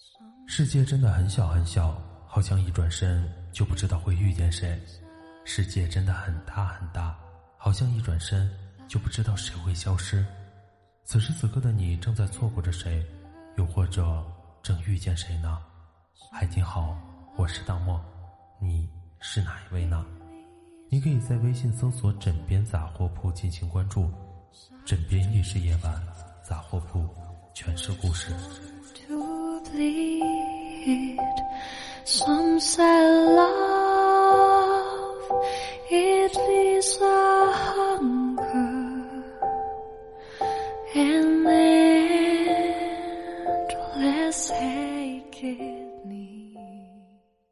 世界真的很小很小，好像一转身就不知道会遇见谁。世界真的很大很大，好像一转身就不知道谁会消失。此时此刻的你正在错过着谁，又或者正遇见谁呢？嗨，你好，我是大漠，你是哪一位呢？你可以在微信搜索枕边杂货铺进行关注，枕边亦是夜晚，杂货铺全是故事。 Some say love, it is a hunger, an endless aching need.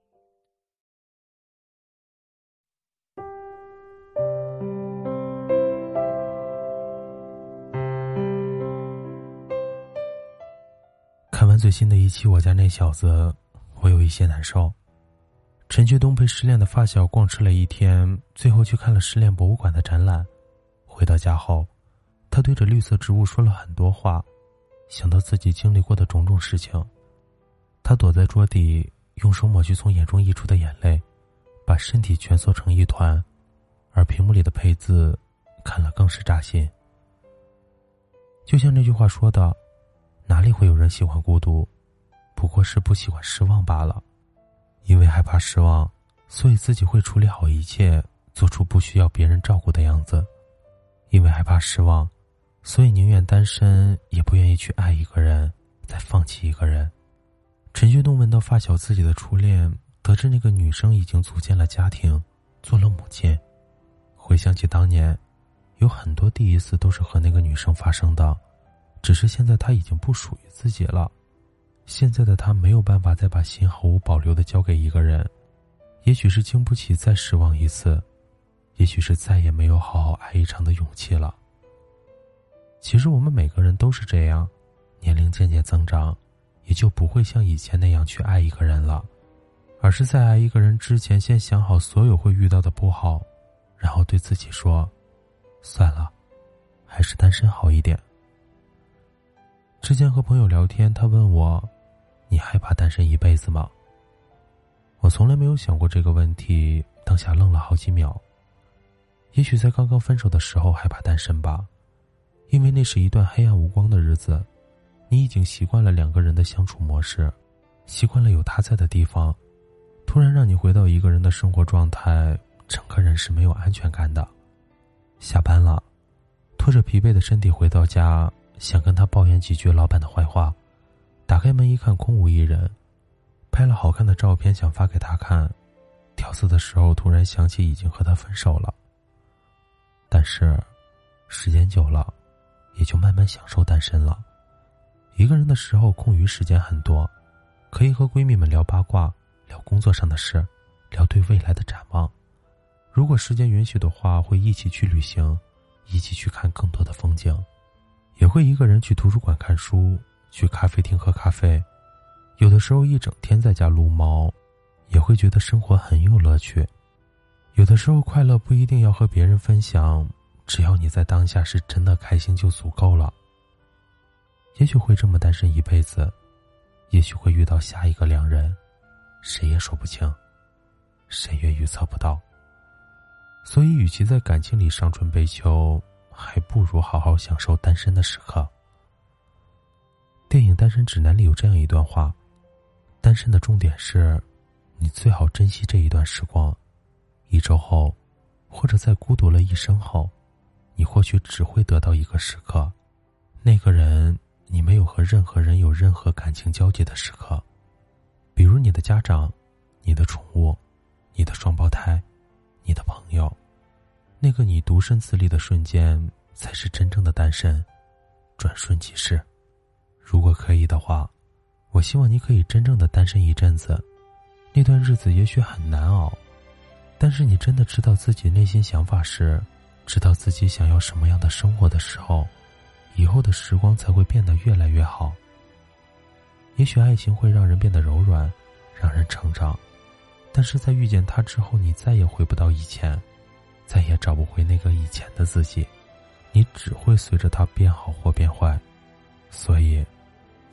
看完最新的一期我家那小子，我有一些难受。陈学冬陪失恋的发小逛吃了一天，最后去看了失恋博物馆的展览。回到家后，他对着绿色植物说了很多话，想到自己经历过的种种事情。他躲在桌底，用手抹去从眼中溢出的眼泪，把身体蜷缩成一团，而屏幕里的配字看了更是扎心。就像这句话说的，哪里会有人喜欢孤独，不过是不喜欢失望罢了。因为害怕失望，所以自己会处理好一切，做出不需要别人照顾的样子。因为害怕失望，所以宁愿单身也不愿意去爱一个人，再放弃一个人。陈学冬闻到发小自己的初恋，得知那个女生已经组建了家庭，做了母亲。回想起当年，有很多第一次都是和那个女生发生的，只是现在她已经不属于自己了。现在的他没有办法再把心毫无保留地交给一个人，也许是经不起再失望一次，也许是再也没有好好爱一场的勇气了。其实我们每个人都是这样，年龄渐渐增长，也就不会像以前那样去爱一个人了，而是在爱一个人之前先想好所有会遇到的不好，然后对自己说，算了，还是单身好一点。之前和朋友聊天，他问我，你害怕单身一辈子吗？我从来没有想过这个问题，当下愣了好几秒。也许在刚刚分手的时候害怕单身吧，因为那是一段黑暗无光的日子，你已经习惯了两个人的相处模式，习惯了有他在的地方，突然让你回到一个人的生活状态，整个人是没有安全感的。下班了，拖着疲惫的身体回到家，想跟他抱怨几句老板的坏话，打开门一看空无一人，拍了好看的照片想发给他看，调色的时候突然想起已经和他分手了。但是时间久了，也就慢慢享受单身了。一个人的时候空余时间很多，可以和闺蜜们聊八卦，聊工作上的事，聊对未来的展望。如果时间允许的话，会一起去旅行，一起去看更多的风景，也会一个人去图书馆看书，去咖啡厅喝咖啡。有的时候一整天在家撸猫，也会觉得生活很有乐趣。有的时候快乐不一定要和别人分享，只要你在当下是真的开心就足够了。也许会这么单身一辈子，也许会遇到下一个良人，谁也说不清，谁也预测不到。所以与其在感情里伤春悲秋，还不如好好享受单身的时刻。电影《单身指南》里有这样一段话，单身的重点是，你最好珍惜这一段时光。1周后，或者在孤独了一生后，你或许只会得到一个时刻，那个人你没有和任何人有任何感情交集的时刻，比如你的家长，你的宠物，你的双胞胎，你的朋友。那个你独身自立的瞬间，才是真正的单身，转瞬即逝。如果可以的话，我希望你可以真正的单身一阵子。那段日子也许很难熬，但是你真的知道自己内心想法时，知道自己想要什么样的生活的时候，以后的时光才会变得越来越好。也许爱情会让人变得柔软，让人成长，但是在遇见他之后，你再也回不到以前，再也找不回那个以前的自己，你只会随着他变好或变坏。所以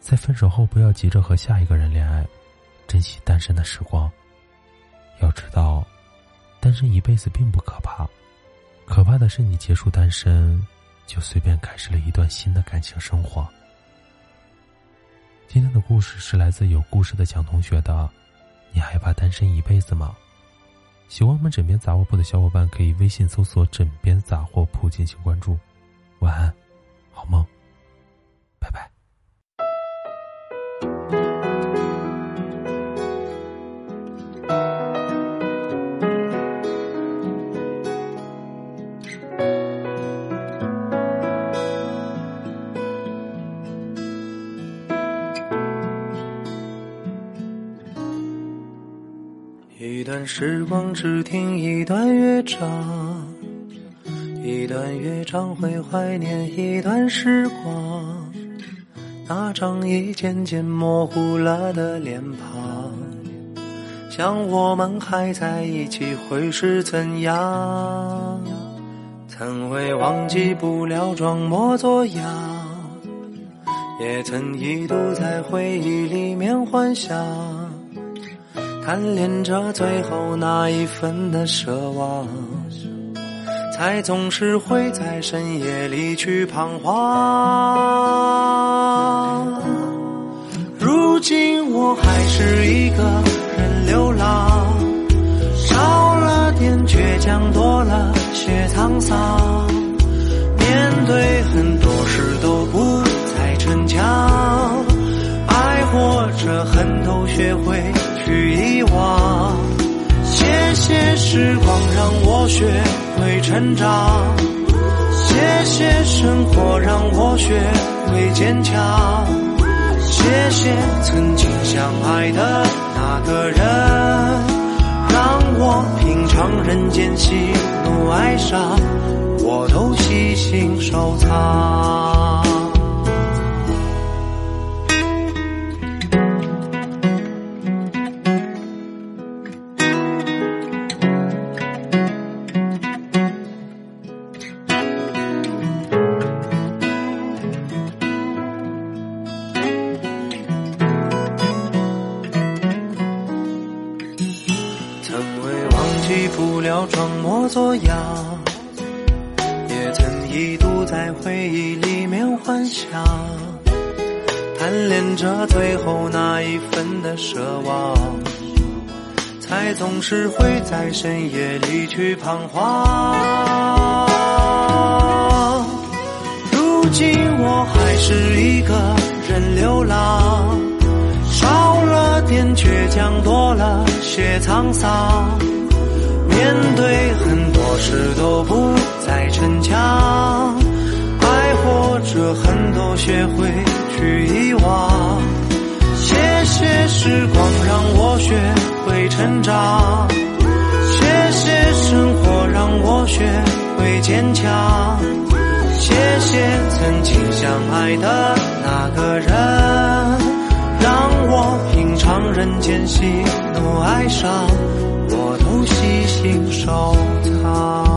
在分手后不要急着和下一个人恋爱，珍惜单身的时光。要知道，单身一辈子并不可怕，可怕的是你结束单身，就随便开始了一段新的感情生活。今天的故事是来自有故事的蒋同学的，你害怕单身一辈子吗？喜欢我们枕边杂货铺的小伙伴可以微信搜索枕边杂货铺进行关注。晚安，好梦，拜拜。 一段时光只听一段乐章，一段乐章会怀念一段时光，那张已渐渐模糊了的脸庞，想我们还在一起会是怎样，曾会忘记不了装模作样，也曾一度在回忆里面幻想，贪恋着最后那一份的奢望，才总是会在深夜里去彷徨。如今我还是一个人流浪，少了点倔强，多了些沧桑，面对很多事都不再逞强，爱或者恨都学会去遗忘，谢谢时光让我学会成长，谢谢生活让我学会坚强，谢谢曾经相爱的那个人，让我品尝人间喜怒哀伤，我都细心收藏。不了装模作样，也曾一度在回忆里面幻想，贪恋着最后那一份的奢望，才总是会在深夜里去彷徨。如今我还是一个人流浪，少了点倔强，多了些沧桑，面对很多事都不再逞强，爱或者恨都学会去遗忘，谢谢时光让我学会成长，谢谢生活让我学会坚强，谢谢曾经相爱的那个人，让我品尝人间喜怒哀伤，我都细心收藏。